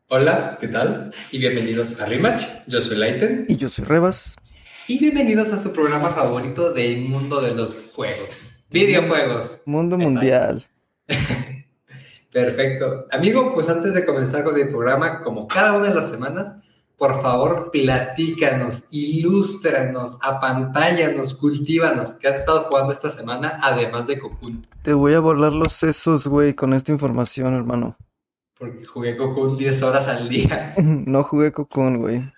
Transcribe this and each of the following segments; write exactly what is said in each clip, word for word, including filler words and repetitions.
Hola, ¿qué tal? Y bienvenidos a Rematch. Yo soy Laiten. Y yo soy Rebas. Y bienvenidos a su programa favorito del mundo de los juegos. Videojuegos. Mundo Exacto. mundial. Perfecto. Amigo, pues antes de comenzar con el programa, como cada una de las semanas, por favor, platícanos, ilústranos, apantállanos, cultívanos. ¿Qué has estado jugando esta semana, además de Cocoon? Te voy a volar los sesos, güey, con esta información, hermano. Porque jugué Cocoon diez horas al día. No jugué Cocoon, güey.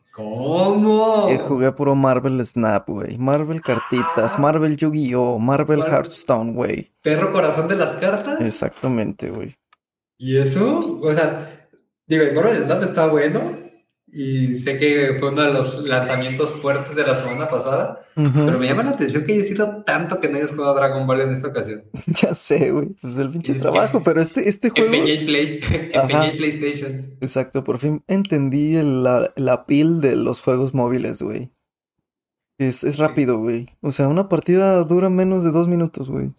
Eh, ¿Cómo? jugué puro Marvel Snap, güey. Marvel cartitas, Ah, Marvel Yu-Gi-Oh, Marvel ¿cuál? Hearthstone, güey. ¿Perro corazón de las cartas? Exactamente, güey. ¿Y eso? O sea, digo, el Marvel Snap está bueno y sé que fue uno de los lanzamientos fuertes de la semana pasada, pero Ujú. me llama la atención que hayas sido tanto que no hayas jugado Dragon Ball en esta ocasión. Ya sé, güey. Pues el pinche Es trabajo, que pero este, este empeñé juego. el Play, empeñé el Ajá, PlayStation. exacto. Por fin entendí el, la, la pil de los juegos móviles, güey. Es, es rápido, güey. O sea, una partida dura menos de dos minutos, güey.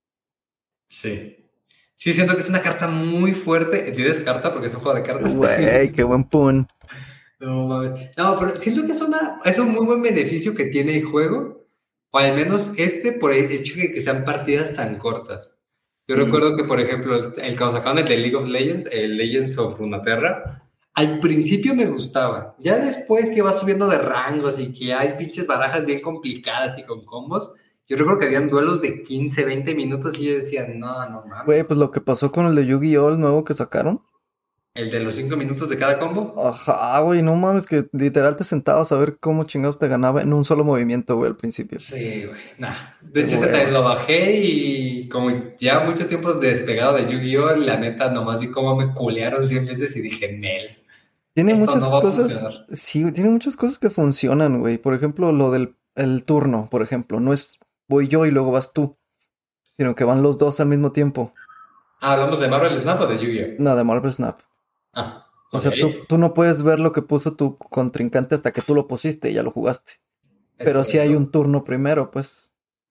Sí. Sí, siento que es una carta muy fuerte. ¿Entiendes carta? Porque es un juego de cartas. Güey, qué buen pun. No mames. No, pero siento que es, una, es un muy buen beneficio que tiene el juego, o al menos este, por el hecho de que sean partidas tan cortas. Yo Y, recuerdo que, por ejemplo, el cuando sacaron el de League of Legends, el Legends of Runeterra, al principio me gustaba. Ya después que va subiendo de rangos y que hay pinches barajas bien complicadas y con combos, yo recuerdo que habían duelos de quince, veinte minutos y yo decía, no, no güey, pues mames. lo que pasó con el de Yu-Gi-Oh, el nuevo que sacaron. El de los cinco minutos de cada combo. Ajá, güey, no mames, que literal te sentabas a ver cómo chingados te ganaba en un solo movimiento, güey, al principio. Sí, güey, nah. De Qué hecho, ese también hueva. lo bajé y como ya mucho tiempo despegado de Yu-Gi-Oh, la neta, nomás vi cómo me culearon cien veces y dije, Nel, Tiene esto muchas no va a cosas, funcionar. sí, güey, tiene muchas cosas que funcionan, güey. Por ejemplo, lo del el turno, por ejemplo, no es voy yo y luego vas tú, sino que van los dos al mismo tiempo. Ah, ¿hablamos de Marvel Snap o de Yu-Gi-Oh? No, de Marvel Snap. Ah, O ok, sea, tú, tú no puedes ver lo que puso tu contrincante hasta que tú lo pusiste y ya lo jugaste. es Pero sí hay un correcto. turno primero, pues.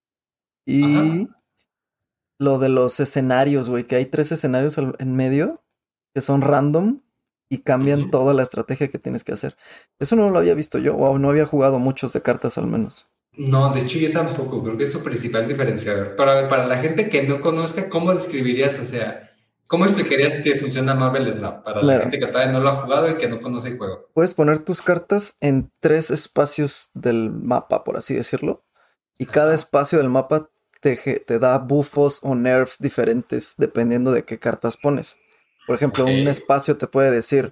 Ajá, Y lo de los escenarios, güey, que hay tres escenarios al- en medio que son random y cambian ujú. toda la estrategia que tienes que hacer. Eso no lo había visto yo, o no había jugado muchos de cartas al menos. No, de hecho yo tampoco, creo que es su principal diferenciador. Para, para la gente que no conozca, ¿cómo describirías, o sea, cómo explicarías que funciona Marvel Snap? Para la Claro, gente que todavía no lo ha jugado y que no conoce el juego. puedes poner tus cartas en tres espacios del mapa, por así decirlo, y cada Ajá, espacio del mapa te, ge- te da buffos o nerfs diferentes dependiendo de qué cartas pones. Por ejemplo, ok. un espacio te puede decir,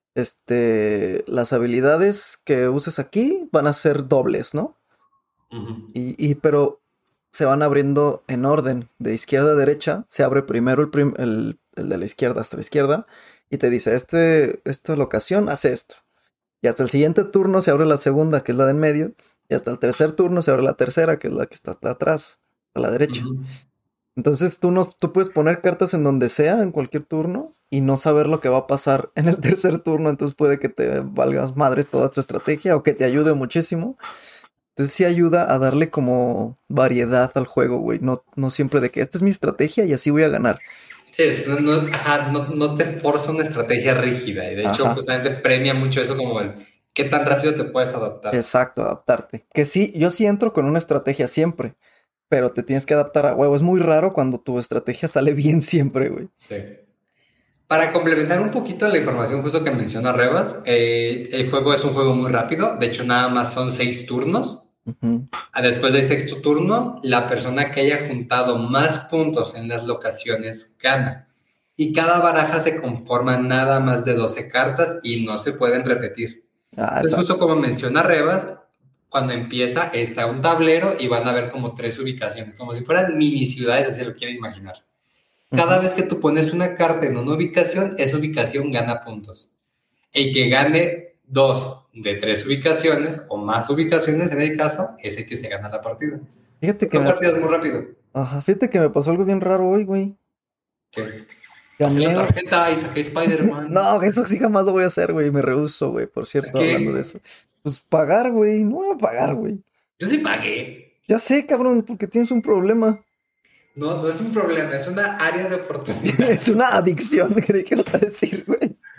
este, las habilidades que uses aquí van a ser dobles, ¿no? Ujú. Y, y pero se van abriendo en orden, de izquierda a derecha, se abre primero el, prim- el, el de la izquierda hasta la izquierda y te dice, este, esta locación hace esto. Y hasta el siguiente turno se abre la segunda, que es la de en medio, y hasta el tercer turno se abre la tercera, que es la que está hasta atrás, a la derecha. Ujú. Entonces tú no, tú puedes poner cartas en donde sea, en cualquier turno, y no saber lo que va a pasar en el tercer turno, entonces puede que te valgas madres toda tu estrategia o que te ayude muchísimo. Entonces sí ayuda a darle como variedad al juego, güey. No, no siempre de que esta es mi estrategia y así voy a ganar. Sí, no, no, ajá, no, no te forza una estrategia rígida y de hecho Ajá, justamente premia mucho eso como el qué tan rápido te puedes adaptar. exacto, adaptarte. Que sí, yo sí entro con una estrategia siempre, pero te tienes que adaptar a huevo. Es muy raro cuando tu estrategia sale bien siempre, güey. Sí. Para complementar un poquito la información justo que menciona Rebas, eh, el juego es un juego muy rápido, de hecho nada más son seis turnos. Ujú. Ah, después del sexto turno, la persona que haya juntado más puntos en las locaciones gana. Y cada baraja se conforma nada más de doce cartas y no se pueden repetir. Ah, Entonces, justo exacto. como menciona Rebas, cuando empieza está un tablero y van a ver como tres ubicaciones, como si fueran mini ciudades, así lo quieren imaginar. Cada Ujú. vez que tú pones una carta en una ubicación, esa ubicación gana puntos. El que gane dos de tres ubicaciones o más ubicaciones en el caso, es el que se gana la partida. Fíjate que Son me, partidas muy rápido. ajá, fíjate que me pasó algo bien raro hoy, güey. Que pasé la Gané. tarjeta y saqué Spider-Man. No, eso sí jamás lo voy a hacer, güey. Me rehúso, güey. Por ¿A cierto, hablando de qué? eso. Pues pagar, güey. No voy a pagar, güey. Yo sí pagué. Ya sé, cabrón, porque tienes un problema. No, no es un problema, es una área de Es oportunidad. una adicción, creí que ibas a decir, güey.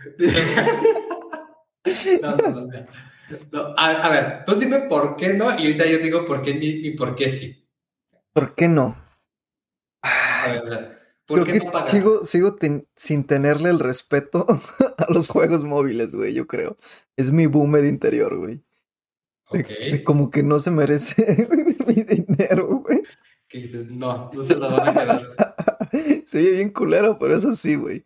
No, no, no, no. No, a, a ver, tú dime por qué no y ahorita yo digo por qué y, y por qué sí. ¿Por qué no? A Ay, ver, a ver, ¿por creo qué que no pagar? sigo, sigo ten- sin tenerle el respeto a los juegos móviles, güey, yo creo. Es mi boomer interior, güey. Ok. De, de como que no se merece mi dinero, güey. Que dices, no, no se lo van a quedar. Se oye bien culero, pero es así, güey.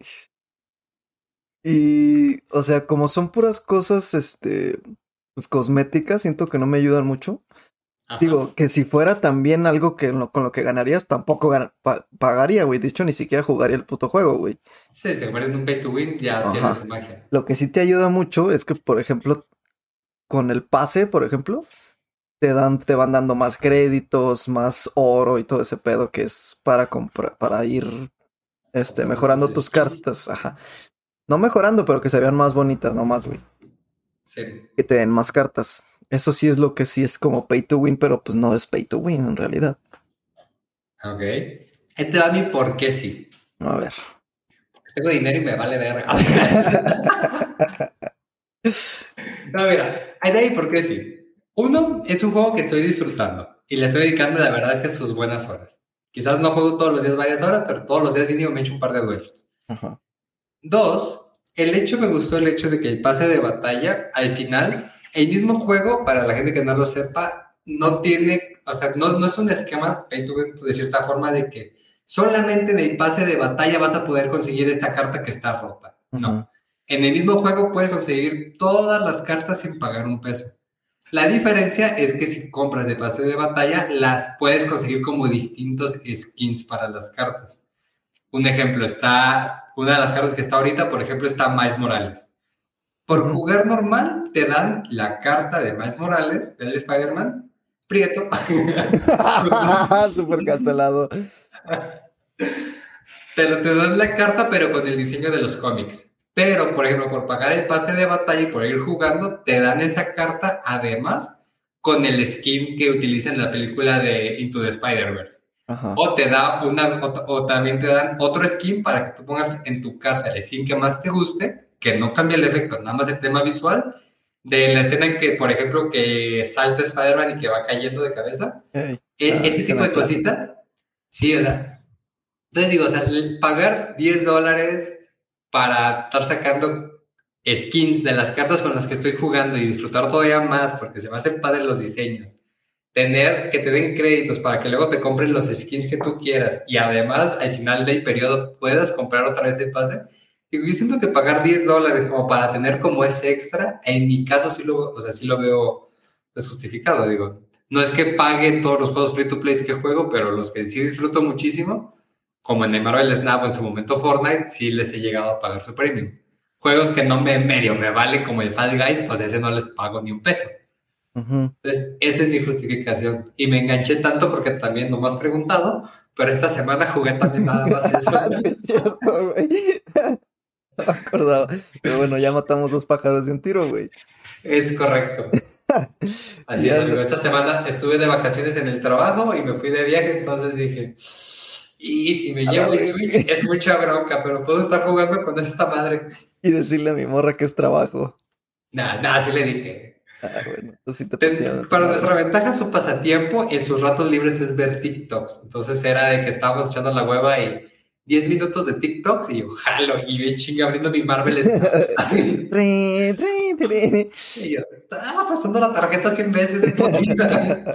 Y, o sea, como son puras cosas, este, pues cosméticas, siento que no me ayudan mucho. Ajá. Digo, que si fuera también algo que lo- con lo que ganarías, tampoco gana- pa- pagaría, güey. De hecho, ni siquiera jugaría el puto juego, güey. Sí, se convierte en un pay to win, ya pierdes Ajá. la magia. Lo que sí te ayuda mucho es que, por ejemplo, con el pase, por ejemplo, te dan, te van dando más créditos, más oro y todo ese pedo que es para comprar, para ir, este, Comprando tus mejorando tus skins. cartas. Ajá. No mejorando, pero que se vean más bonitas, nomás, güey. Sí. Que te den más cartas. Eso sí es lo que sí es como pay to win, pero pues no es pay to win en realidad. Ok. Este va a mi por qué sí. A ver. Tengo dinero y me vale verga. No, mira, ahí de ahí por qué sí. Uno, es un juego que estoy disfrutando y le estoy dedicando, la verdad es que sus buenas horas. Quizás no juego todos los días varias horas, pero todos los días mínimo me echo un par de duelos. Ajá. Dos, el hecho me gustó el hecho de que el pase de batalla, al final, el mismo juego, para la gente que no lo sepa, no tiene, o sea, no, no es un esquema, ahí tuve de cierta forma, de que solamente en el pase de batalla vas a poder conseguir esta carta que está rota. Ajá. No. En el mismo juego puedes conseguir todas las cartas sin pagar un peso. La diferencia es que si compras de pase de batalla, las puedes conseguir como distintos skins para las cartas. Un ejemplo, está, una de las cartas que está ahorita, por ejemplo, está Miles Morales. Por Ujú. jugar normal, te dan la carta de Miles Morales, del Spider-Man, Prieto. Súper cancelado. Pero te dan la carta, pero con el diseño de los cómics. Pero, por ejemplo, por pagar el pase de batalla y por ir jugando, te dan esa carta además con el skin que utiliza en la película de Into the Spider-Verse. Ajá. O te da una, o, o, también te dan otro skin para que tú pongas en tu carta el skin que más te guste, que no cambia el efecto, nada más el tema visual, de la escena en que, por ejemplo, que salta Spider-Man y que va cayendo de cabeza. Ey, E, la ese tipo escena de clásica. cositas, sí, ¿verdad? Entonces digo, o sea, pagar diez dólares para estar sacando skins de las cartas con las que estoy jugando y disfrutar todavía más porque se me hacen padres los diseños. Tener que te den créditos para que luego te compren los skins que tú quieras y además al final del periodo puedas comprar otra vez el pase. Digo, yo siento que pagar diez dólares como para tener como ese extra, en mi caso sí lo, o sea, sí lo veo pues, justificado. Digo, no es que pague todos los juegos free to play que juego, pero los que sí disfruto muchísimo, como en el Marvel Snap o en su momento Fortnite, sí les he llegado a pagar su premium. Juegos que no me medio me valen como el Fall Guys, pues ese no les pago ni un peso. Ujú. Entonces, esa es mi justificación. Y me enganché tanto porque también no me has preguntado, pero esta semana jugué también nada más eso. Sí, es cierto, güey. No me acordaba. Pero bueno, ya matamos dos pájaros de un tiro, güey. Es correcto. Y Así es, ya amigo. no- Esta semana estuve de vacaciones en el trabajo y me fui de viaje, entonces dije, y si me a la llevo el verga. Switch es mucha bronca, pero puedo estar jugando con esta madre. Y decirle a mi morra que es trabajo. Nada, nada, sí le dije. Ah, bueno, tú sí te partieron a tu Para nuestra madre. ventaja, su pasatiempo en sus ratos libres es ver TikToks. Entonces era de que estábamos echando la hueva y diez minutos de TikToks y yo jalo y yo chinga abriendo mi Marvel Snap. Tri, tri, tri. Y yo, ah, pasando la tarjeta cien veces en potiza.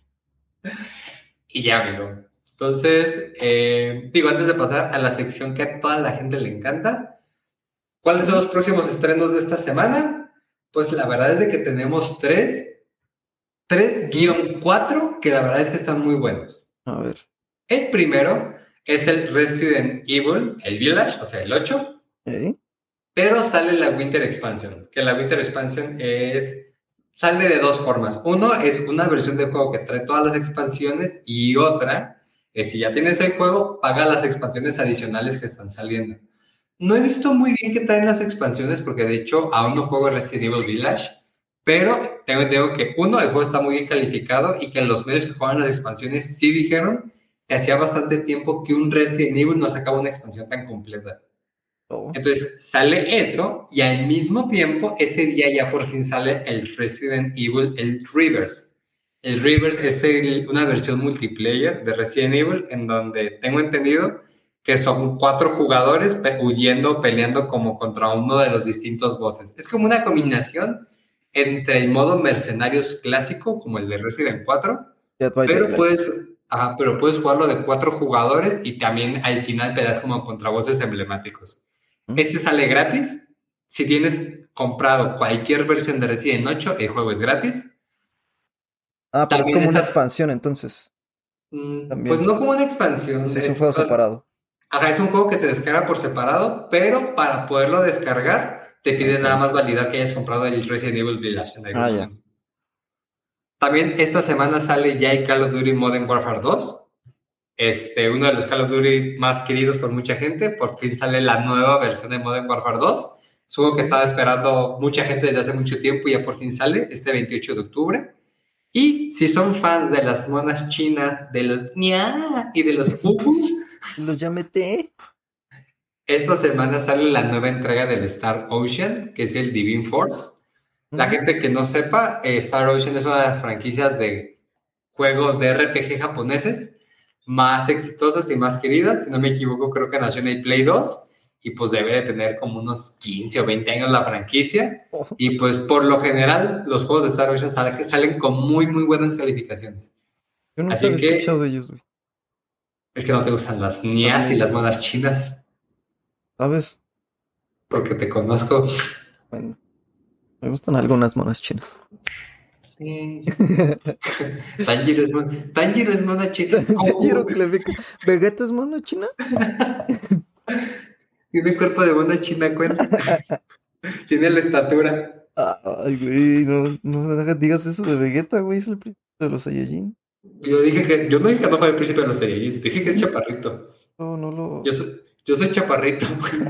Y ya, amigo. Entonces, eh, digo, antes de pasar a la sección que a toda la gente le encanta, ¿cuáles son Ujú. los próximos estrenos de esta semana? Pues la verdad es de que tenemos tres, tres guión cuatro que la verdad es que están muy buenos. A ver. El primero es el Resident Evil, el Village, o sea, el ocho, ¿Eh? pero sale la Winter Expansion, que la Winter Expansion es, sale de dos formas. Uno es una versión de juego que trae todas las expansiones y otra es si ya tienes el juego, paga las expansiones adicionales que están saliendo. No he visto muy bien qué traen las expansiones porque de hecho aún no juego Resident Evil Village, pero tengo entendido que uno, el juego está muy bien calificado y que los medios que juegan las expansiones sí dijeron que hacía bastante tiempo que un Resident Evil no sacaba una expansión tan completa. Oh. Entonces sale eso y al mismo tiempo ese día ya por fin sale el Resident Evil, el Reverse. El Reverse es el, una versión multiplayer de Resident Evil en donde tengo entendido que son cuatro jugadores pe huyendo, peleando como contra uno de los distintos bosses. Es como una combinación entre el modo mercenarios clásico, como el de Resident cuatro, Dead by pero Daylight. puedes, ajá, pero puedes jugarlo de cuatro jugadores y también al final te das como contra bosses emblemáticos. ¿Mm? Este sale gratis. Si tienes comprado cualquier versión de Resident ocho, el juego es gratis. Ah, pero es También como una estás, expansión entonces. mm, pues También. no como una expansión. Sí, es un Es, juego separado. ajá, es un juego que se descarga por separado, pero para poderlo descargar te pide Ok. nada más validar que hayas comprado el Resident Evil Village en algún Ah, ya. momento. También esta semana sale ya el Call of Duty Modern Warfare dos. Este, uno de los Call of Duty más queridos por mucha gente. Por fin sale la nueva versión de Modern Warfare dos. Es un juego que estaba esperando mucha gente desde hace mucho tiempo y ya por fin sale este veintiocho de octubre. Y si son fans de las monas chinas, de los ña y de los ubus, Los llamé. esta semana sale la nueva entrega del Star Ocean, que es el Divine Force. La Ujú. gente que no sepa, eh, Star Ocean es una de las franquicias de juegos de R P G japoneses más exitosas y más queridas. Si no me equivoco, creo que nació en el Play dos y pues debe de tener como unos quince o veinte años la franquicia. Oh, Y pues por lo general los juegos de Star Ocean sal- salen con muy muy buenas calificaciones. yo nunca Así había escuchado que de ellos, güey. es que no te gustan las nias y No, las monas chinas, ¿sabes? porque te conozco. Bueno, me gustan algunas monas chinas. Eh, Tanjiro es, mon- Tanjiro es mona china. Tanjiro Oh, que le pica. ¿Vegeta es mona china? tiene cuerpo de mona china, cuenta. Tiene la estatura. Ay, güey, no, no digas eso de Vegeta, güey, es el príncipe de los Saiyajin. Yo dije que, yo no dije que no fue el príncipe de los Saiyajins, dije que es chaparrito. No, no lo. Yo soy, yo soy chaparrito.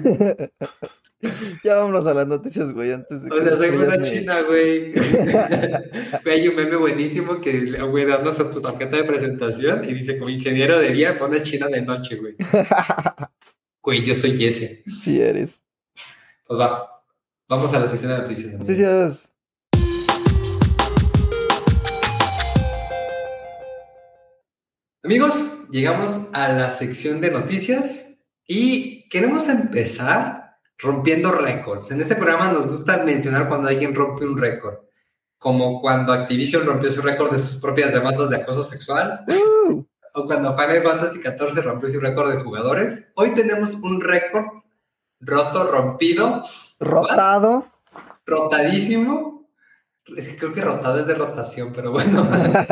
Ya vámonos a las noticias, güey, antes de O que sea, las soy estrellas buena me. china, güey. Güey, hay un meme buenísimo que, güey, damos a tu tarjeta de presentación y dice, como ingeniero de día, pones china de noche, güey. Güey, yo soy ese. Sí eres. Pues va, vamos a la sección de noticias, amigo. Noticias. Amigos, llegamos a la sección de noticias y queremos empezar rompiendo récords. En este programa nos gusta mencionar cuando alguien rompe un récord, como cuando Activision rompió su récord de sus propias demandas de acoso sexual, Uh, o cuando Final Fantasy catorce rompió su récord de jugadores. Hoy tenemos un récord roto, rompido, rotado. rotadísimo. Es que creo que rotado es de rotación, pero bueno.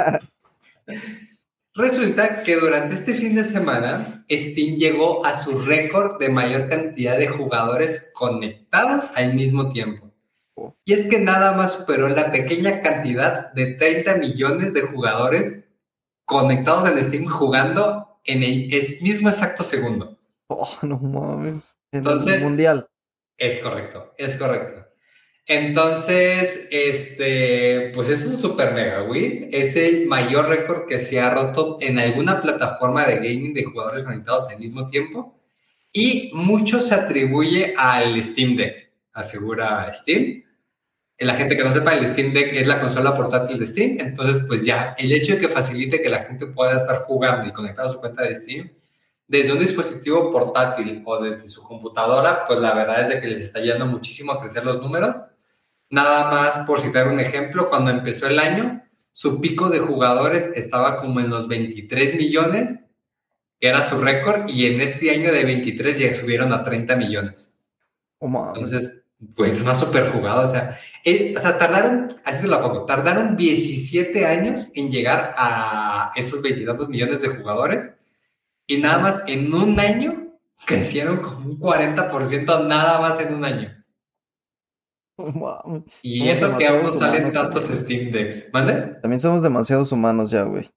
Resulta que durante este fin de semana, Steam llegó a su récord de mayor cantidad de jugadores conectados al mismo tiempo. Oh. Y es que nada más superó la pequeña cantidad de treinta millones de jugadores conectados en Steam jugando en el es- mismo exacto segundo. Oh, no mames. En Entonces, el mundial. Es correcto, es correcto. Entonces, este, pues es un super mega win. Es el mayor récord que se ha roto en alguna plataforma de gaming de jugadores conectados al mismo tiempo. Y mucho se atribuye al Steam Deck, asegura Steam. La gente que no sepa, el Steam Deck es la consola portátil de Steam. Entonces, pues ya, el hecho de que facilite que la gente pueda estar jugando y conectado a su cuenta de Steam desde un dispositivo portátil o desde su computadora, pues la verdad es de que les está ayudando muchísimo a crecer los números. Nada más, por citar un ejemplo, cuando empezó el año, su pico de jugadores estaba como en los veintitrés millones, que era su récord, y en este año de veintitrés ya subieron a treinta millones. Oh, mames. Entonces, pues una super jugada, o sea, eh, o sea, tardaron, así te la pongo, tardaron diecisiete años en llegar a esos veintitantos millones de jugadores, y nada más en un año crecieron como un cuarenta por ciento nada más en un año. Oh, mames. Y Somos eso que aún no demasiados salen humanos tantos también. Steam Decks. ¿Mande? También somos demasiados humanos ya, güey.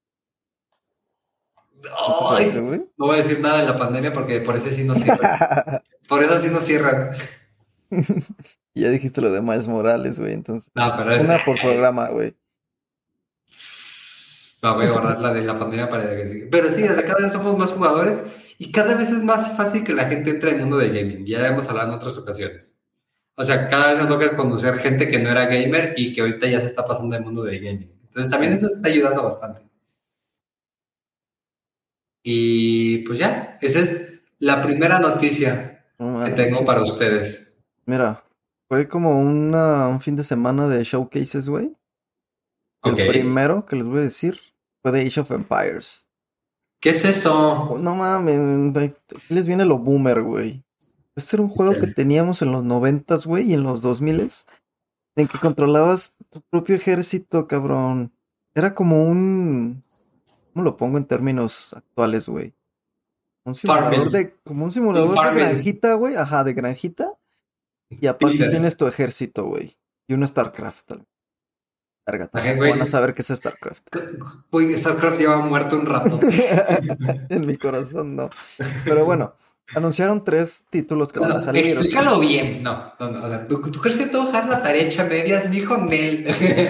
¿No te parece, Ay, güey? no voy a decir nada de la pandemia porque por eso sí no cierran. Por eso sí no cierran. Y ya dijiste lo de Miles Morales, güey, entonces. No, pero es... Una por programa, güey. No, voy a guardar la de la pandemia para que... Pero sí, desde cada vez somos más jugadores Y cada vez es más fácil que la gente entre al mundo del gaming. Ya hemos hablado en otras ocasiones. O sea, cada vez me toca conocer gente que no era gamer y que ahorita ya se está pasando al mundo del gaming. Entonces también Sí. eso está ayudando bastante. Y pues ya, esa es la primera noticia No que tengo manches. para ustedes. Mira, fue como una, un fin de semana de showcases, güey. Ok. El primero que les voy a decir fue de Age of Empires. ¿Qué es Oh, eso? no mames, aquí les viene lo boomer, güey. Este era un juego que Okay. teníamos en los noventas, güey, y en los dos miles, en que controlabas tu propio ejército, cabrón. Era como un... ¿Cómo lo pongo en términos actuales, güey? Un simulador Farming. de... Como un Un simulador de farming. granjita, güey. Ajá, de granjita. Y aparte Tinder. tienes tu ejército, güey. Y un StarCraft. tal- Verga, La gente, tampoco van a güey, saber qué es StarCraft. güey, StarCraft lleva muerto un ratote. En mi corazón, no. Pero bueno, anunciaron tres títulos que van a Bueno, salir, o sea... explícalo bien. No, no, no. O sea, ¿tú, tú crees que te voy a dejar la tarea hecha a medias, mijo? Nel.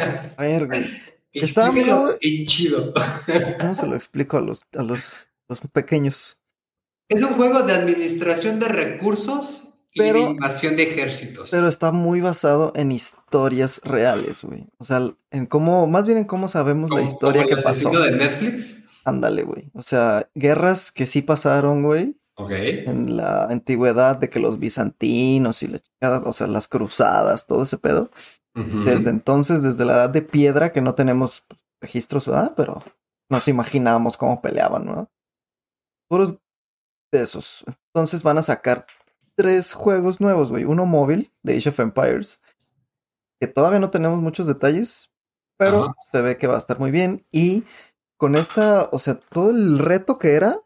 A ver, güey. Está Explícalo muy... en chido. ¿Cómo se lo explico a los, a los, los pequeños? Es un juego de administración de recursos y de Pero, invasión de ejércitos. pero está muy basado en historias reales, güey. O sea, en cómo, más bien en cómo sabemos la Como, como historia el que asesino pasó. de Netflix. Ándale, güey. O sea, guerras que sí pasaron, güey. Ok. En la antigüedad de que los bizantinos y la chingada, o sea, las cruzadas, todo ese pedo. Desde Ujú. entonces, desde la edad de piedra, que no tenemos pues, registros, ¿verdad? Pero nos imaginábamos cómo peleaban, ¿no? Puros de esos. Entonces van a sacar tres juegos nuevos, güey. Uno móvil de Age of Empires, que todavía no tenemos muchos detalles, Ajá. pero se ve que va a estar muy bien. Y con esta, o sea, todo el reto que era,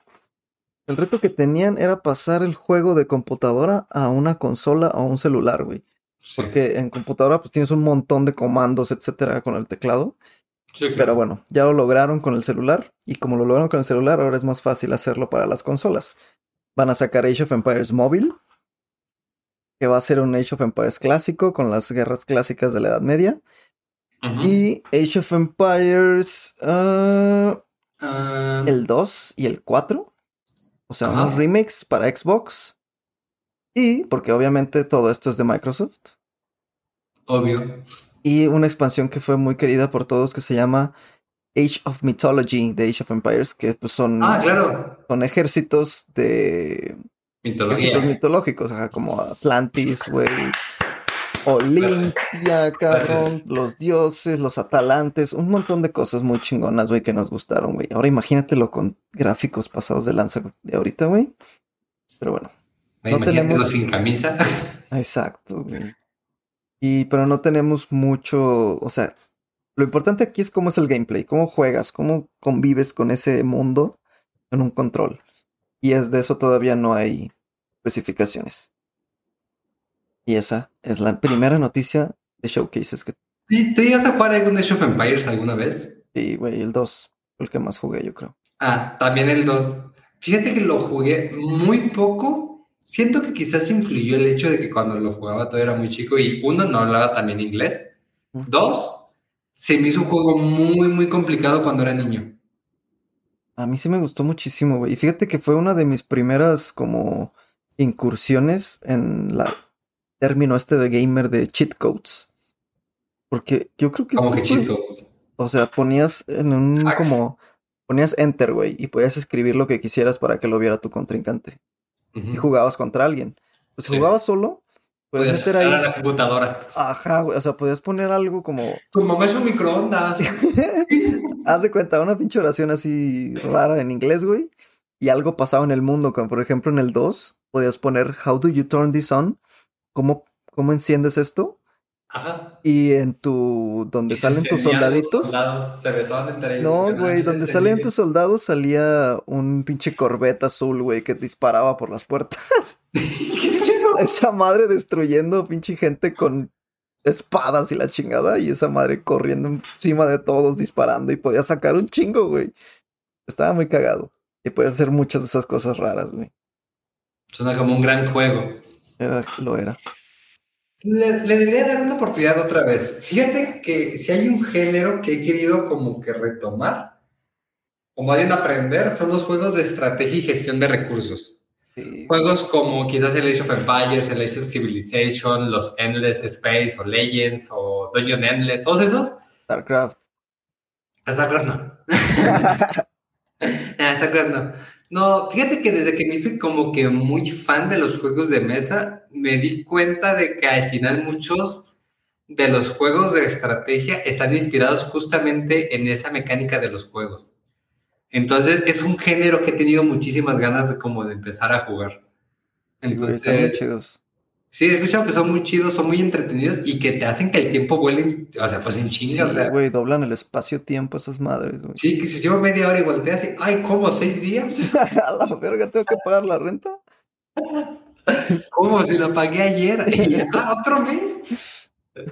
el reto que tenían era pasar el juego de computadora a una consola o un celular, güey. Sí. Porque en computadora pues tienes un montón de comandos, etcétera, con el teclado. Sí, Pero claro. bueno, ya lo lograron con el celular. Y como lo lograron con el celular, ahora es más fácil hacerlo para las consolas. Van a sacar Age of Empires móvil, que va a ser un Age of Empires clásico con las guerras clásicas de la Edad Media. Ujú. Y Age of Empires uh, Ah, el dos y el cuatro. O sea, unos ajá. remakes para Xbox. Y, porque obviamente todo esto es de Microsoft. Obvio. Y una expansión que fue muy querida por todos que se llama Age of Mythology de Age of Empires, que pues Ah, son, claro. son ejércitos de... Mitología. Ejércitos mitológicos, ajá, como Atlantis, güey, Olimpia, cabrón, Gracias. los dioses, los atalantes, un montón de cosas muy chingonas, güey, que nos gustaron, güey. Ahora imagínatelo con gráficos pasados de lanza de ahorita, güey. Pero bueno, no Imagínatelo tenemos... sin camisa. Exacto, güey. Y, pero no tenemos mucho, o sea, lo importante aquí es cómo es el gameplay, cómo juegas, cómo convives con ese mundo en un control. Y es de eso todavía no hay especificaciones. Y esa es la primera noticia de showcases que... ¿Y ¿Te ibas a jugar algún Age of Empires alguna vez? Sí, güey, el dos fue el que más jugué, yo creo. Ah, también el dos. Fíjate que lo jugué muy poco. Siento que quizás influyó el hecho de que cuando lo jugaba todavía era muy chico y uno, no hablaba también inglés. Mm. Dos, se me hizo un juego muy, muy complicado cuando era niño. A mí sí me gustó muchísimo, güey. Y fíjate que fue una de mis primeras como incursiones en la término este de gamer de cheat codes. Porque yo creo que Como este que fue, chitos. o sea, ponías en un Hacks. como, ponías enter, güey, y podías escribir lo que quisieras para que lo viera tu contrincante. Y Ujú. jugabas contra alguien. Pues si Sí. jugabas solo, puedes Podías meter jalar a ahí, la computadora. ajá, güey, o sea, podías poner algo como, Tu mamá es un microondas. haz de cuenta, una pinche oración así rara en inglés, güey, y algo pasaba en el mundo, como por ejemplo en el dos podías poner How do you turn this on? ¿Cómo, cómo enciendes esto? Ajá. Y en tu, Y donde se salen tus encendían los soldaditos, soldados, se besaban entre ellos y no, decían, ah, güey, mira, donde ese salían ligue. tus soldados salía un pinche corbeta azul, güey, que disparaba por las puertas. ¿Qué pedo? Esa madre destruyendo pinche gente con espadas y la chingada, y esa madre corriendo encima de todos disparando y podía sacar un chingo, güey. Estaba muy cagado. Y podía hacer muchas de esas cosas raras, güey. Suena como un gran juego. Era, lo era. Le, le debería dar una oportunidad otra vez. Fíjate que si hay un género que he querido como que retomar, o más bien aprender, son los juegos de estrategia y gestión de recursos. Sí. Juegos como quizás el Age of Empires, el Age of Civilization, los Endless Space o Legends o Dungeon Endless, todos esos. StarCraft. StarCraft no. Nah, StarCraft no. No, fíjate que desde que me hice como que muy fan de los juegos de mesa, me di cuenta de que al final muchos de los juegos de estrategia están inspirados justamente en esa mecánica de los juegos. Entonces es un género que he tenido muchísimas ganas de como de empezar a jugar. Sí, güey, están muy Entonces, chidos. sí, he escuchado que son muy chidos, son muy entretenidos y que te hacen que el tiempo vuele, o sea, pues en chinga, o Sí, sea, güey, doblan el espacio-tiempo esas madres, güey. sí, que si llevo media hora y volteas y, ay, ¿cómo? ¿Seis días? A la verga, ¿tengo que pagar la renta? ¿Cómo? Si la pagué ayer y ya, ah, ¿otro mes?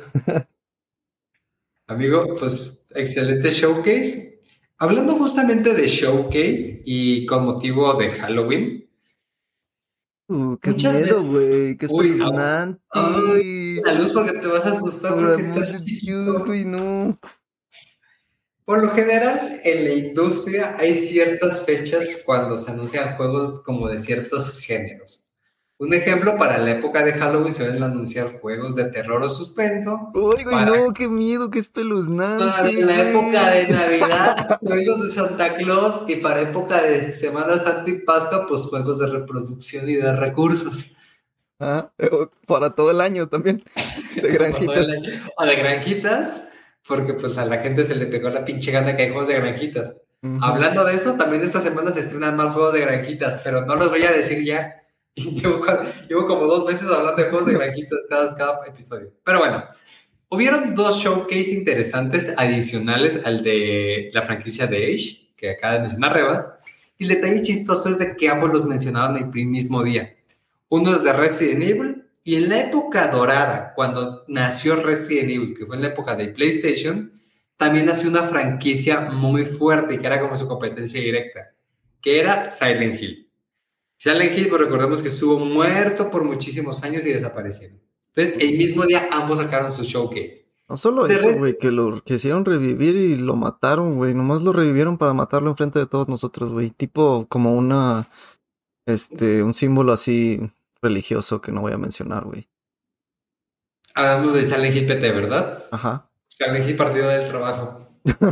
Amigo, pues excelente showcase. Hablando justamente de showcase y con motivo de Halloween, Uh, qué muchas miedo, veces, güey, qué uy, au- ay, espeluznante. la luz porque te vas a asustar Por porque amor estás de Dios, chiquito. güey, no. Por lo general, en la industria hay ciertas fechas cuando se anuncian juegos como de ciertos géneros. Un ejemplo, para la época de Halloween suelen anunciar juegos de terror o suspenso. Uy, güey, Para no, qué miedo, qué espeluznante, en la época de güey. Navidad, juegos de Santa Claus. Y para época de Semana Santa y Pascua, pues juegos de reproducción y de recursos. Ah, eh, o para todo el año también, de Por todo el granjitas. año. O de granjitas, porque pues a la gente se le pegó la pinche gana que hay juegos de granjitas. Ujú. Hablando de eso, también esta semana se estrenan más juegos de granjitas, pero no los voy a decir ya. Llevo, llevo como dos meses hablando de juegos de granjitas cada, cada episodio. Pero bueno, hubieron dos showcase interesantes adicionales al de la franquicia de Age, que acaba de mencionar Rebas. Y el detalle chistoso es de que ambos los mencionaron el mismo día. Uno es de Resident Evil, y en la época dorada, cuando nació Resident Evil, que fue en la época de PlayStation, también nació una franquicia muy fuerte y que era como su competencia directa, que era Silent Hill. Silent Hill, pues recordemos que estuvo muerto por muchísimos años y desapareció. Entonces, el mismo día ambos sacaron su showcase. No solo De eso, res- güey, que lo quisieron revivir y lo mataron, güey. Nomás lo revivieron para matarlo enfrente de todos nosotros, güey. Tipo como una, este, un símbolo así religioso que no voy a mencionar, güey. Hablamos de Silent Hill P T, ¿verdad? Ajá. Silent Hill partido del trabajo.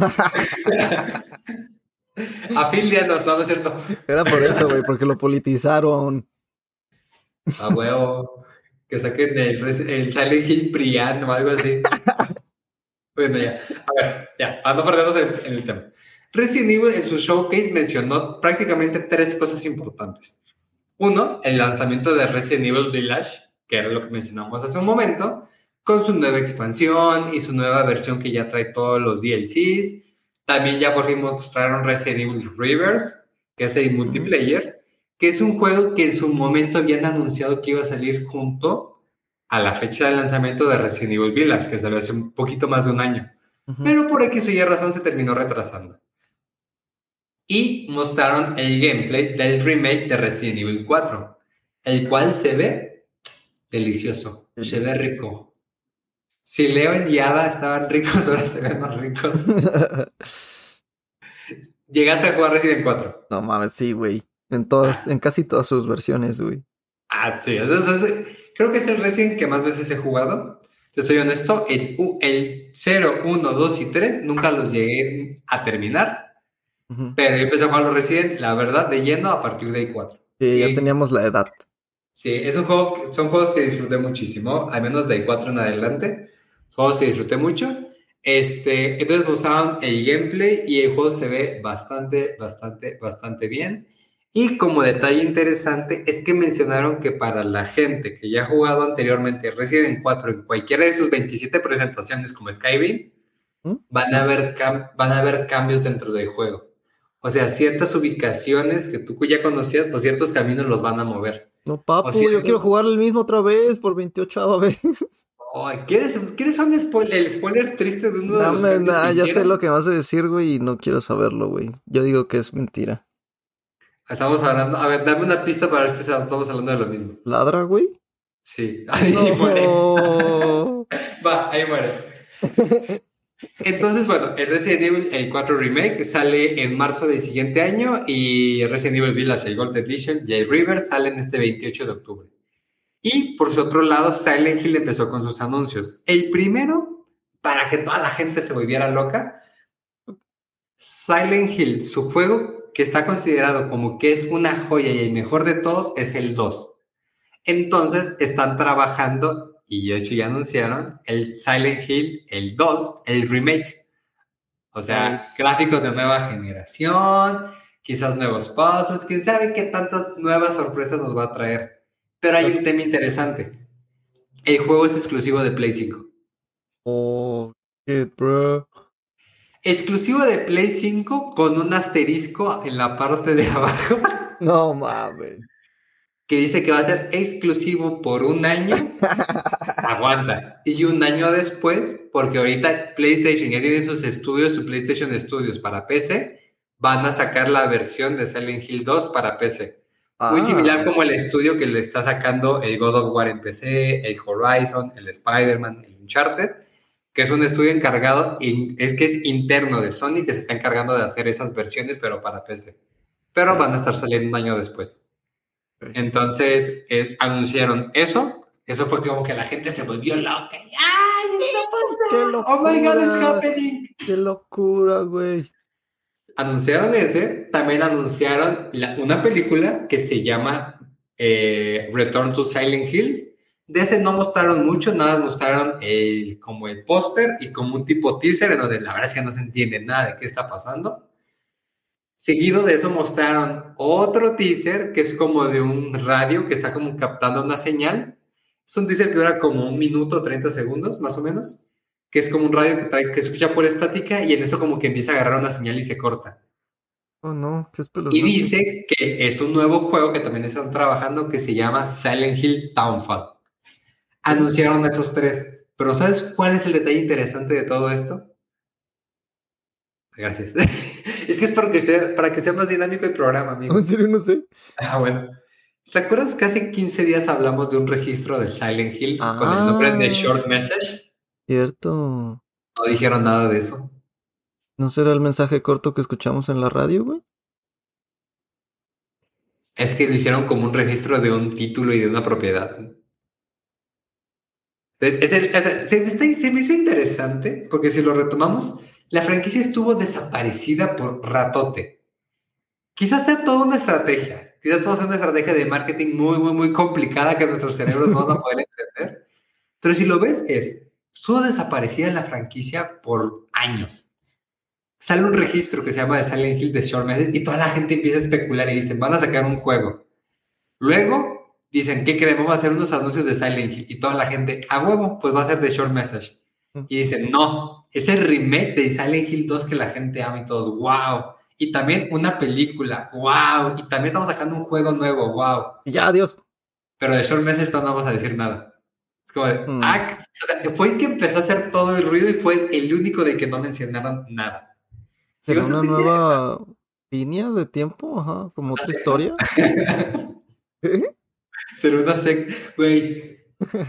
Afilianos, no, no es cierto. Era por eso, güey, porque lo politizaron. A huevo. Que saquen el, el Silent Hill Prián o algo así. Bueno, ya. A ver, ya. Para no perdernos en, en el tema. Resident Evil en su showcase mencionó prácticamente tres cosas importantes. Uno, el lanzamiento de Resident Evil Village, que era lo que mencionamos hace un momento, con su nueva expansión y su nueva versión que ya trae todos los D L Cs. También ya por fin mostraron Resident Evil Rivers, que es el multiplayer, que es un juego que en su momento habían anunciado que iba a salir junto a la fecha de lanzamiento de Resident Evil Village, que salió hace un poquito más de un año. Ujú. Pero por X o Y razón se terminó retrasando. Y mostraron el gameplay del remake de Resident Evil cuatro, el cual se ve delicioso, se ve Delicioso. rico. Si Leon y Ada estaban ricos, ahora se ven más ricos. Llegaste a jugar Resident cuatro. No mames, sí, güey. En todas, en casi todas sus versiones, güey. Ah, sí, es, es, es, creo que es el Resident que más veces he jugado. Te soy honesto, el, el cero, uno, dos y tres nunca los llegué a terminar. Ujú. Pero yo empecé a jugar los Resident, la verdad, de lleno a partir de cuatro. Sí, ya Y teníamos la edad. sí, es un juego, son juegos que disfruté muchísimo, al menos de cuatro en adelante. Son juegos que disfruté mucho. Este, entonces usaron el gameplay y el juego se ve bastante, bastante, bastante bien. Y como detalle interesante es que mencionaron que para la gente que ya ha jugado anteriormente Resident cuatro en cualquiera de sus veintisiete presentaciones como Skyrim, ¿Mm? van a haber, cam- van a haber cambios dentro del juego. O sea, ciertas ubicaciones que tú ya conocías o ciertos caminos los van a mover. No, O papu, yo quiero ciertos... jugar el mismo otra vez por veintiocho vez. Oh, ¿quieres, ¿Quieres un spoiler, el spoiler triste de uno de los Dame, cambios nah, que ya sé hicieron? lo que me vas a decir, güey, y no quiero saberlo, güey. Yo digo que es mentira. Estamos hablando... A ver, dame una pista para ver si estamos hablando de lo mismo. ¿Ladra, güey? Sí, ahí muere. No. Va, ahí muere. Entonces, bueno, el Resident Evil el cuatro Remake sale en marzo del siguiente año y Resident Evil Village, el Gold Edition y el River salen este veintiocho de octubre. Y por su otro lado, Silent Hill empezó con sus anuncios. El primero, para que toda la gente se volviera loca, Silent Hill, su juego que está considerado como que es una joya y el mejor de todos, es el dos. Entonces están trabajando, y de hecho ya anunciaron, el Silent Hill, el dos, el remake. O sea, Nice. gráficos de nueva generación, quizás nuevos pasos, quién sabe qué tantas nuevas sorpresas nos va a traer. Pero hay un tema interesante. El juego es exclusivo de Play cinco. Oh, shit, bro. Exclusivo de Play cinco con un asterisco en la parte de abajo No mames. que dice que va a ser exclusivo por un año. Aguanta. Y un año después, porque ahorita PlayStation ya tiene sus estudios, su PlayStation Studios para P C, van a sacar la versión de Silent Hill dos para P C. Ah. Muy similar como el estudio que le está sacando el God of War en P C, el Horizon, el Spider-Man, el Uncharted, que es un estudio encargado, es que es interno de Sony, que se está encargando de hacer esas versiones, pero para P C. Pero van a estar saliendo un año después. Entonces, eh, anunciaron eso. Eso fue como que la gente se volvió loca. ¡Ay, está pasando! ¡Oh my God, it's happening! ¡Qué locura, güey! Anunciaron ese. También anunciaron la, una película que se llama eh, Return to Silent Hill. De ese no mostraron mucho, nada mostraron el, como el póster y como un tipo teaser en donde la verdad es que no se entiende nada de qué está pasando. Seguido de eso mostraron otro teaser que es como de un radio que está como captando una señal. Es un teaser que dura como un minuto, treinta segundos, más o menos, que es como un radio que, trae, que escucha por estática y en eso como que empieza a agarrar una señal y se corta. Oh, no, qué espeluznante. Y dice que es un nuevo juego que también están trabajando que se llama Silent Hill Downfall. Anunciaron esos tres. Pero ¿sabes cuál es el detalle interesante de todo esto? Gracias. Es que es para que, sea, para que sea más dinámico el programa, amigo. ¿En serio? No sé. Ah, bueno. ¿Recuerdas que hace quince días hablamos de un registro de Silent Hill ah, con el nombre de Short Message? Cierto. No dijeron nada de eso. ¿No será el mensaje corto que escuchamos en la radio, güey? Es que lo hicieron como un registro de un título y de una propiedad. Entonces, es el, es el, se, me está, se me hizo interesante porque si lo retomamos, la franquicia estuvo desaparecida por ratote. Quizás sea toda una estrategia. Quizás todo sea una estrategia de marketing muy, muy, muy complicada que nuestros cerebros no van a poder entender. Pero si lo ves, es, estuvo desaparecida la franquicia por años. Sale un registro que se llama de Silent Hill de Short Message y toda la gente empieza a especular y dicen, van a sacar un juego. Luego dicen, ¿qué queremos? Vamos a hacer unos anuncios de Silent Hill. Y toda la gente, a huevo, pues va a ser de Short Message. Y dicen, no, es el remake de Silent Hill dos que la gente ama y todos, wow. Y también una película, wow. Y también estamos sacando un juego nuevo, wow. Y ya, adiós. Pero de Short Message no vamos a decir nada. Es como de, mm. ah, o sea, fue el que empezó a hacer todo el ruido y fue el único de que no mencionaron nada. ¿Será una nueva línea de tiempo? Ajá, como otra historia. ¿Eh? Será una secta, güey.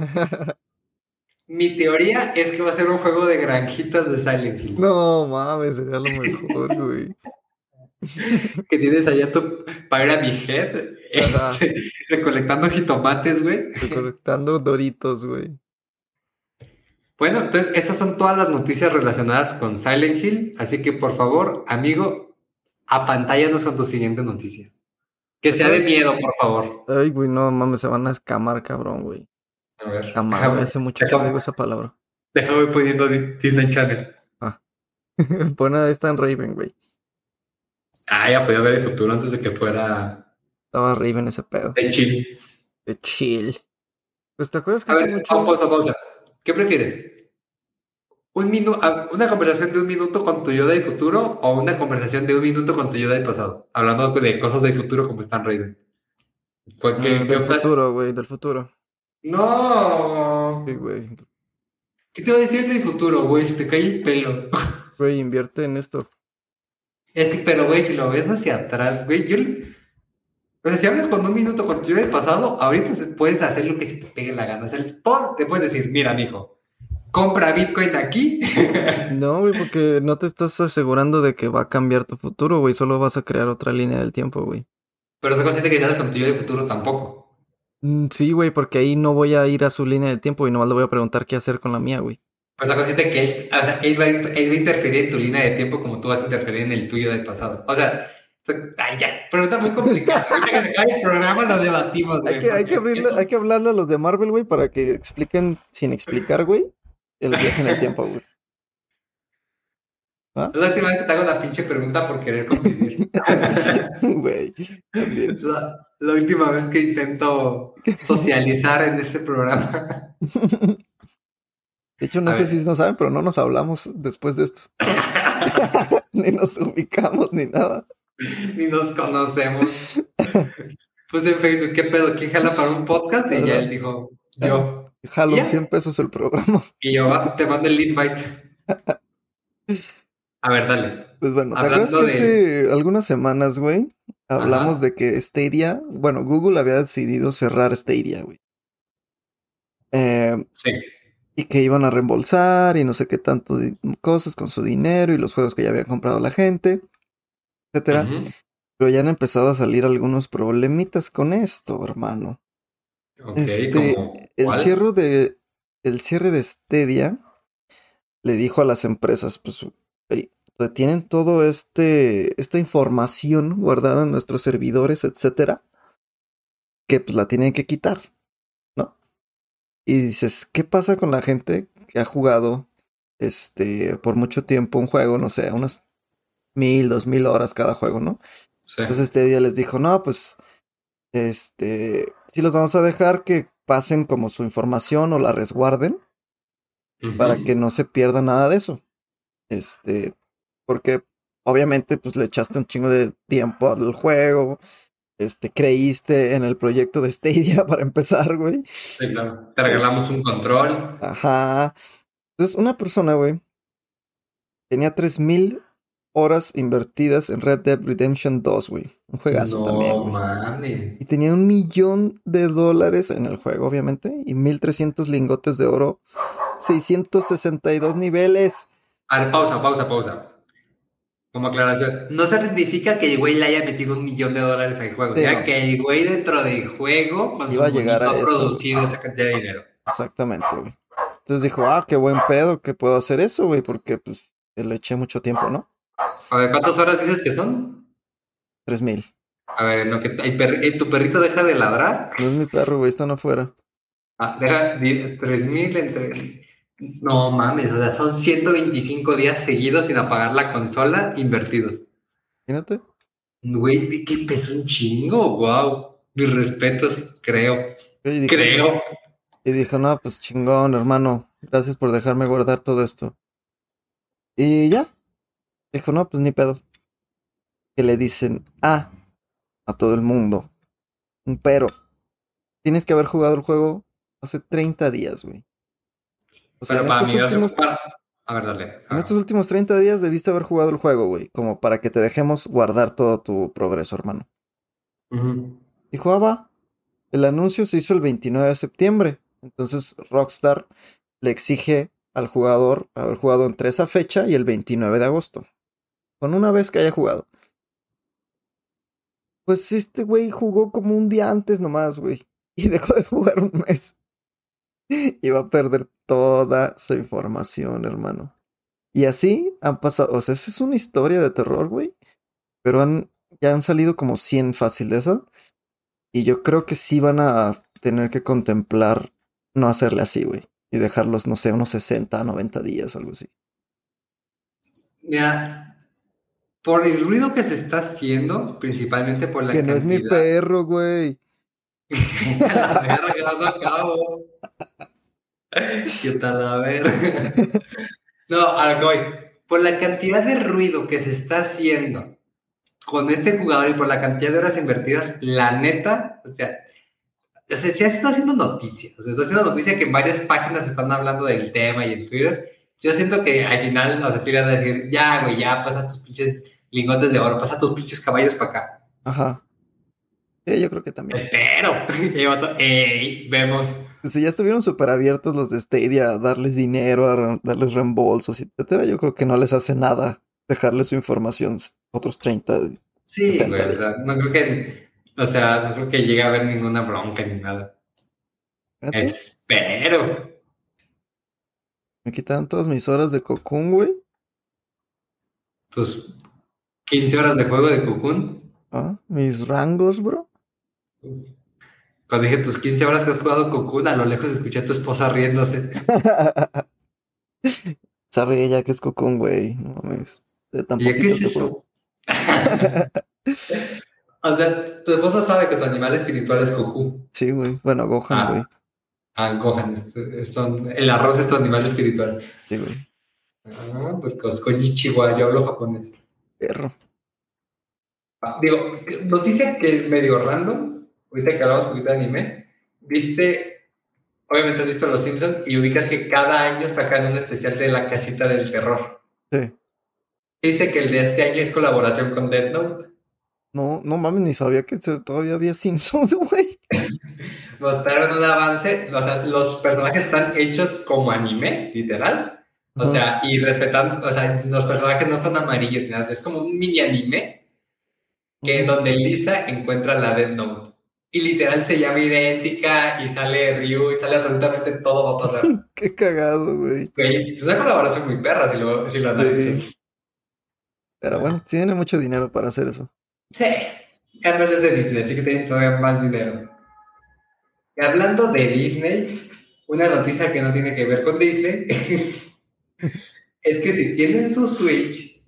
Mi teoría es que va a ser un juego de granjitas de Silent Hill. No mames, sería lo mejor, güey. Que tienes allá tu Pyramid Head este, recolectando jitomates, güey. Recolectando doritos, güey. Bueno, entonces esas son todas las noticias relacionadas con Silent Hill. Así que por favor, amigo, apantállanos con tu siguiente noticia. Que sea de miedo, por favor. Ay, güey, no mames, se van a escamar, cabrón, güey. A ver. Escamar, déjame, hace mucho que digo esa palabra. Déjame poniendo Disney Channel. Ah. Pon a esta en Raven, güey. Ah, ya podía ver el futuro antes de que fuera. Estaba Raven ese pedo. De chill. De chill. Pues te acuerdas que a hace ver, mucho. Pausa, pausa. ¿Qué prefieres? Un minu ¿Una conversación de un minuto con tu yo del futuro o una conversación de un minuto con tu yo del pasado? Hablando de cosas del futuro como están Raven. ¿Qué, mm, ¿qué del futuro, güey, del futuro. No. Sí, güey. ¿Qué te va a decir del futuro, güey? Si te cae el pelo. Güey, invierte en esto. Es que, pero, güey, si lo ves hacia atrás, güey, yo... O sea, si hablas con un minuto con tu yo del pasado, ahorita puedes hacer lo que se te pegue la gana. O sea, todo te puedes decir, mira, mijo, compra Bitcoin aquí. No, güey, porque no te estás asegurando de que va a cambiar tu futuro, güey. Solo vas a crear otra línea del tiempo, güey. Pero estoy consciente que ya con tu yo de futuro tampoco. Mm, sí, güey, porque ahí no voy a ir a su línea del tiempo y nomás le voy a preguntar qué hacer con la mía, güey. Pues está consciente que él, o sea, él, va, a- él va a interferir en tu línea de tiempo como tú vas a interferir en el tuyo del pasado. O sea, ay, ya, pregunta muy complicada. Ahorita que se acabe el programa lo debatimos, Hay güey. que, hay que Porque abrirle, hay que hablarle a los de Marvel, güey, para que expliquen, sin explicar, güey, el viaje en el tiempo, güey. ¿Ah? es la última vez que te hago una pinche pregunta por querer convivir. Güey, también. La, la última vez que intento socializar en este programa. De hecho, no A sé si ver. no saben, pero no nos hablamos después de esto. Ni nos ubicamos ni nada. Ni nos conocemos. Puse en Facebook, ¿qué pedo? ¿Quién jala para un podcast? Y ya él Ajá. dijo, Ah, yo. Y jalo, cien ya. pesos el programa. Y yo, va, te mando el invite. A ver, dale. Pues bueno, ¿te acuerdas Hablando que de... hace algunas semanas, güey, hablamos Ajá. de que Stadia, bueno, Google había decidido cerrar Stadia, güey? Eh, Sí. y que iban a reembolsar y no sé qué tanto de cosas con su dinero y los juegos que ya había comprado la gente, etcétera. Ujú. Pero ya han empezado a salir algunos problemitas con esto, hermano. Ok, Este, ¿como el cuál? cierre de, el cierre de Stadia le dijo a las empresas, pues, "Ey, tienen todo este, esta información guardada en nuestros servidores, etcétera, que pues la tienen que quitar, ¿no?" Y dices, ¿qué pasa con la gente que ha jugado, este, por mucho tiempo un juego, no sé, unas mil, dos mil horas cada juego, ¿no? Sí. Entonces este día les dijo, no, pues, este, sí los vamos a dejar que pasen como su información o la resguarden para que Ujú. no se pierda nada de eso. Este, porque obviamente pues le echaste un chingo de tiempo al juego, este, creíste en el proyecto de Stadia para empezar, güey. Sí, claro. Te Es, regalamos un control. ajá. Entonces una persona, güey, tenía tres mil horas invertidas en Red Dead Redemption dos, güey. Un juegazo también, No güey. Y mames. tenía un millón de dólares en el juego, obviamente, y mil trescientos lingotes de oro, seiscientos sesenta y dos niveles. A ver, pausa, pausa, pausa. Como aclaración, no significa que el güey le haya metido un millón de dólares al juego, Sí, ya no, que el güey dentro del juego, con iba su a llegar monito, a ha eso, güey. producido esa cantidad de dinero. Exactamente, güey. Entonces dijo, ah, qué buen pedo que puedo hacer eso, güey, porque pues le eché mucho tiempo, ¿no? A ver, ¿cuántas horas dices que son? Tres mil. A ver, en lo que el per- eh, tu perrito deja de ladrar. No es mi perro, güey, está no fuera. Ah, deja di- tres mil entre. No mames, o sea, son ciento veinticinco días seguidos sin apagar la consola invertidos. Imagínate. Güey, ¿de qué pesó un chingo? Wow. Mis respetos, creo. Y dijo, pues, Creo. y dijo, no, pues chingón, hermano, gracias por dejarme guardar todo esto. Y ya, dijo, no, pues ni pedo. Que le dicen, ah, a todo el mundo. Un pero, tienes que haber jugado el juego hace treinta días, güey. O sea, Pero en para estos mí, últimos, para... A ver, dale. A en ver. estos últimos treinta días debiste haber jugado el juego, güey, como para que te dejemos guardar todo tu progreso, hermano. Ujú. Dijo, ah, va. El anuncio se hizo el veintinueve de septiembre. Entonces Rockstar le exige al jugador haber jugado entre esa fecha y el veintinueve de agosto. Con una vez que haya jugado. Pues este güey jugó como un día antes nomás, güey. Y dejó de jugar un mes. Y va a perder toda su información, hermano. Y así han pasado. O sea, esa es una historia de terror, güey. Pero han, ya han salido como cien fácil de eso. Y yo creo que sí van a tener que contemplar no hacerle así, güey. Y dejarlos, no sé, unos sesenta, noventa días, algo así. Mira, por el ruido que se está haciendo, principalmente por la Que no es mi cantidad. perro, güey. Vete a la verga, no acabo. ¿Qué tal la verga? No, a lo que voy. Por la cantidad de ruido que se está haciendo con este jugador y por la cantidad de horas invertidas, la neta, o sea, o sea, se está haciendo noticia. O sea, está haciendo noticia que en varias páginas están hablando del tema y en Twitter. Yo siento que al final, o sea, sí van a decir, ya, güey, ya, pasa tus pinches lingotes de oro, pasa tus pinches caballos para acá. Ajá. Sí, yo creo que también. Espero. Y el vato, ey, vemos. Si ya estuvieron súper abiertos los de Stadia a darles dinero, a re- darles reembolsos, etcétera, yo creo que no les hace nada dejarles su información s- otros treinta, Sí, güey, sesenta o sea, días. no creo que, o sea, no creo que llegue a haber ninguna bronca ni nada. Fíjate, Espero. me quitaron todas mis horas de Cocoon, güey. Tus quince horas de juego de Cocoon. Ah, mis rangos, bro. Cuando dije tus quince horas que has jugado Cocoon, a lo lejos escuché a tu esposa riéndose. Sabe ella que es Cocoon, güey. No mames. De tan ¿Y yo qué poquito es que juego. eso? O sea, tu esposa sabe que tu animal espiritual es Goku. Sí, güey. Bueno, Gohan, Ah, güey. ah, Gohan, es- es son- el arroz es tu animal espiritual. Sí, güey. Ah, porque os konnichiwa, yo hablo japonés. Perro. Ah, digo, noticia que es medio random, ahorita que hablamos un poquito de anime, viste, obviamente has visto Los Simpsons y ubicas que cada año sacan un especial de la casita del terror. Sí. Dice que el de este año es colaboración con Death Note. No, no mames, ni sabía que se- todavía había Simpsons, güey. Mostraron un avance, o sea, los personajes están hechos como anime, literal. O Ajá. sea, y respetando, o sea, los personajes no son amarillos ni nada, es como un mini anime que Ujú. donde Lisa encuentra la Death Note. Y literal se llama idéntica y sale Ryu y sale absolutamente todo va a pasar. Qué cagado, güey. Güey, es una colaboración muy perra si lo, si lo Sí. analizas. Pero bueno, tiene mucho dinero para hacer eso. Sí, además es de Disney, así que tienen todavía más dinero. Y hablando de Disney, una noticia que no tiene que ver con Disney es que si tienen su Switch,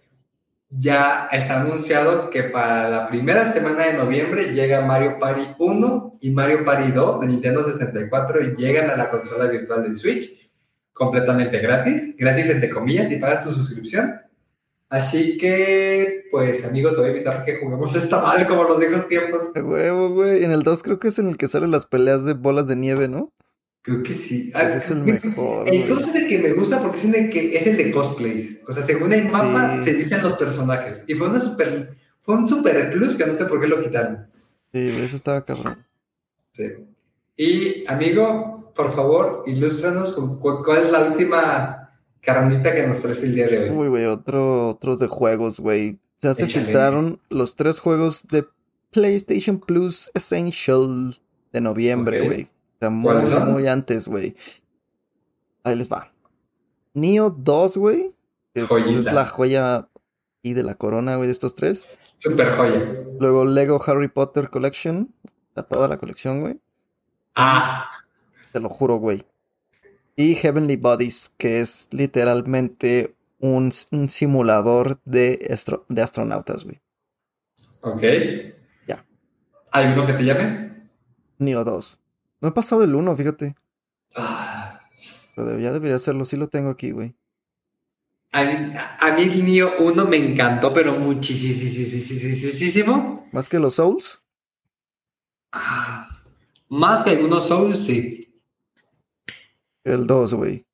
ya está anunciado que para la primera semana de noviembre llega Mario Party uno y Mario Party dos de Nintendo sesenta y cuatro y llegan a la consola virtual del Switch completamente gratis, gratis entre comillas, si pagas tu suscripción. Así que, pues, amigo, te voy a invitar a que juguemos esta madre como los viejos tiempos. De huevo, güey. En el dos creo que es en el que salen las peleas de bolas de nieve, ¿no? Creo que sí. Ah, Ese es el mejor, el dos güey. es el que me gusta porque es el, que, es el de cosplays. O sea, según el mapa, se Sí, visten los personajes. Y fue, una super, fue un super plus que no sé por qué lo quitaron. sí, güey, eso estaba cabrón. Sí. Y, amigo, por favor, ilústranos con cu- cuál es la última carnita que nos traes el día de hoy. Uy, güey, otro, otro de juegos, güey. Ya se Échale. filtraron los tres juegos de PlayStation Plus Essential de Ok. noviembre, güey. O sea, ¿Cuáles muy, muy son? antes, güey. Ahí les va. Neo dos, güey. Que pues es Joyita. la joya y de la corona, güey, de estos tres. Super joya. Luego Lego Harry Potter Collection. A toda la colección, güey. Y Ah, te lo juro, güey. Y Heavenly Bodies, que es literalmente un, un simulador de, astro- de astronautas, güey. ok. Ya. ¿Alguno que te llame? Neo dos. No he pasado el uno, fíjate. Ah, Pero de- ya debería hacerlo. Sí lo tengo aquí, güey. a, mí, a mí el Nioh uno me encantó, pero muchísimo. Más que los Souls. Ah, más que algunos Souls, sí. El dos, güey.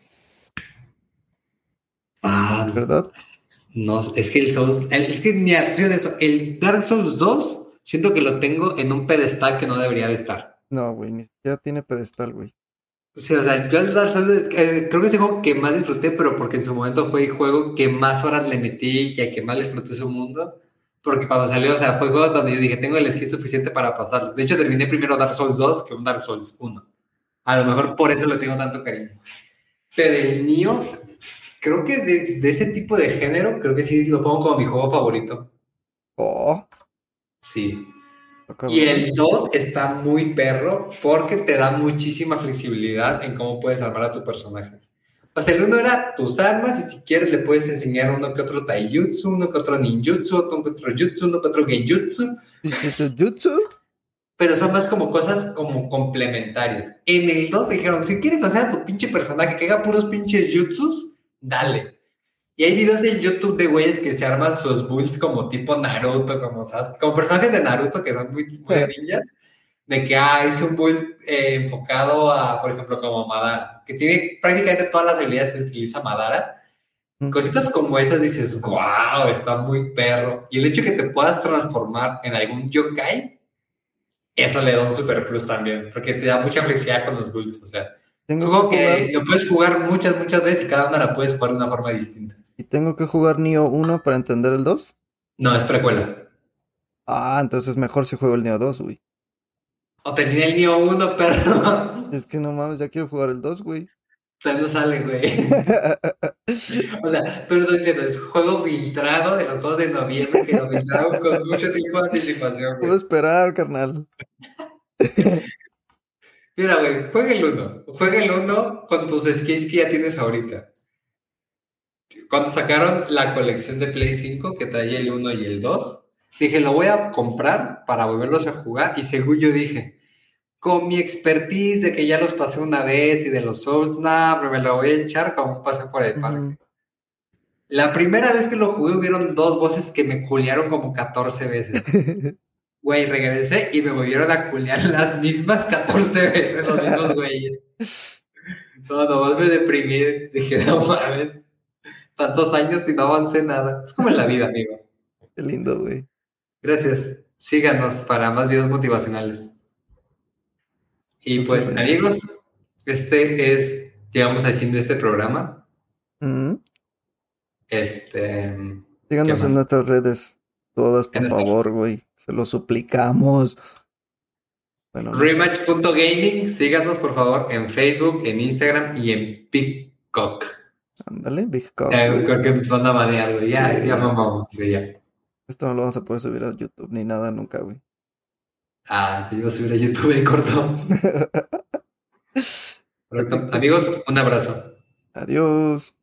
Ah, ¿Verdad? no, es que el Souls, el- es que ni acción eso, el Dark Souls dos, siento que lo tengo en un pedestal que no debería de estar. No, güey. Ni siquiera tiene pedestal, güey. Sí, o sea, yo el Dark Souls, eh, creo que es el juego que más disfruté, pero porque en su momento fue el juego que más horas le metí y a que más le exploté su mundo. Porque cuando salió, o sea, fue el juego donde yo dije, tengo el skill suficiente para pasarlo. De hecho, terminé primero Dark Souls dos que un Dark Souls uno. A lo mejor por eso le tengo tanto cariño. Pero el Nioh, creo que de, de ese tipo de género, creo que sí lo pongo como mi juego favorito. Oh, Sí. está Y cabrón. el dos está muy perro porque te da muchísima flexibilidad en cómo puedes armar a tu personaje. O sea, el uno era tus armas y si quieres le puedes enseñar uno que otro taijutsu, uno que otro ninjutsu, uno que otro jutsu, uno que otro genjutsu, ¿Jutsu? pero son más como cosas como complementarias. En el dos dijeron, si quieres hacer a tu pinche personaje que haga puros pinches jutsus, dale. Y hay videos en YouTube de güeyes que se arman sus builds como tipo Naruto, como Sasuke, como personajes de Naruto que son muy, muy de ninjas, de que ah, hizo un build eh, enfocado a, por ejemplo, como Madara, que tiene prácticamente todas las habilidades que utiliza Madara. Cositas como esas dices, wow, está muy perro. Y el hecho de que te puedas transformar en algún yokai, Eso le da un super plus también, porque te da mucha flexibilidad con los builds. O sea, Tengo que supongo que jugar. lo puedes jugar muchas, muchas veces y cada una la puedes jugar de una forma distinta. ¿Y tengo que jugar Nioh uno para entender el dos? No, es precuela. Ah, entonces mejor si juego el Nioh dos, güey. O termina el Nioh uno, perro. Es que no mames, ya quiero jugar el dos, güey. Todavía no sale, güey. O sea, tú lo estás diciendo, es juego filtrado de los juegos de noviembre que lo filtraron con mucho tiempo de anticipación, Puedo güey. esperar, carnal. Mira, güey, juega el uno. Juega el uno con tus skins que ya tienes ahorita. Cuando sacaron la colección de Play cinco que traía el uno y el dos, dije, lo voy a comprar para volverlos a jugar. Y según yo dije, con mi expertise de que ya los pasé una vez y de los Souls, nah, pero me lo voy a echar como un paseo por el Ujú. parque. La primera vez que lo jugué hubieron dos voces que me culearon como catorce veces. Güey, regresé y me volvieron a culear las mismas catorce veces los mismos güeyes. No, nomás me deprimí. Dije, no mames, tantos años y no avancé nada. Es como en la vida, amigo. Qué lindo, güey. Gracias. Síganos para más videos motivacionales. Y Tú pues, sígueme. amigos, este es, llegamos al fin de este programa. Ujú. Este, ¿qué Síganos en más? nuestras redes. Todas, En por nuestra favor, güey. Se lo suplicamos. Bueno, no. rematch punto gaming, síganos por favor en Facebook, en Instagram y en TikTok. Ándale, Big Cock, Ya, güey. creo que nos van a banear, güey. Ya, ya Sí. mamamos, güey, ya. Esto no lo vamos a poder subir a YouTube ni nada nunca, güey. Ah, te iba a subir a YouTube y corto. A Correcto. TikTok Amigos, sí. un abrazo. Adiós.